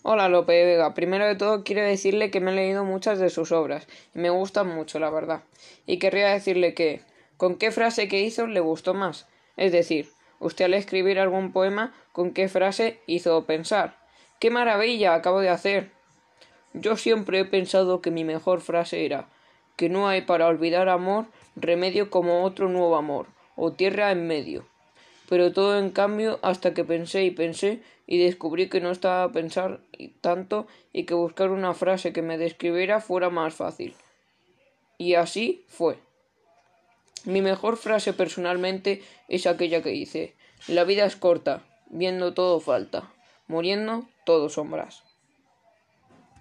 Hola Lope de Vega, primero de todo quiero decirle que me he leído muchas de sus obras y me gustan mucho, la verdad. Y querría decirle que, ¿con qué frase que hizo le gustó más? Es decir, usted al escribir algún poema, ¿con qué frase hizo pensar? ¡Qué maravilla acabo de hacer! Yo siempre he pensado que mi mejor frase era que no hay para olvidar amor remedio como otro nuevo amor, o tierra en medio. Pero todo en cambio hasta que pensé y pensé y descubrí que no estaba a pensar tanto y que buscar una frase que me describiera fuera más fácil. Y así fue. Mi mejor frase personalmente es aquella que dice: la vida es corta, viendo todo falta, muriendo todo sombras.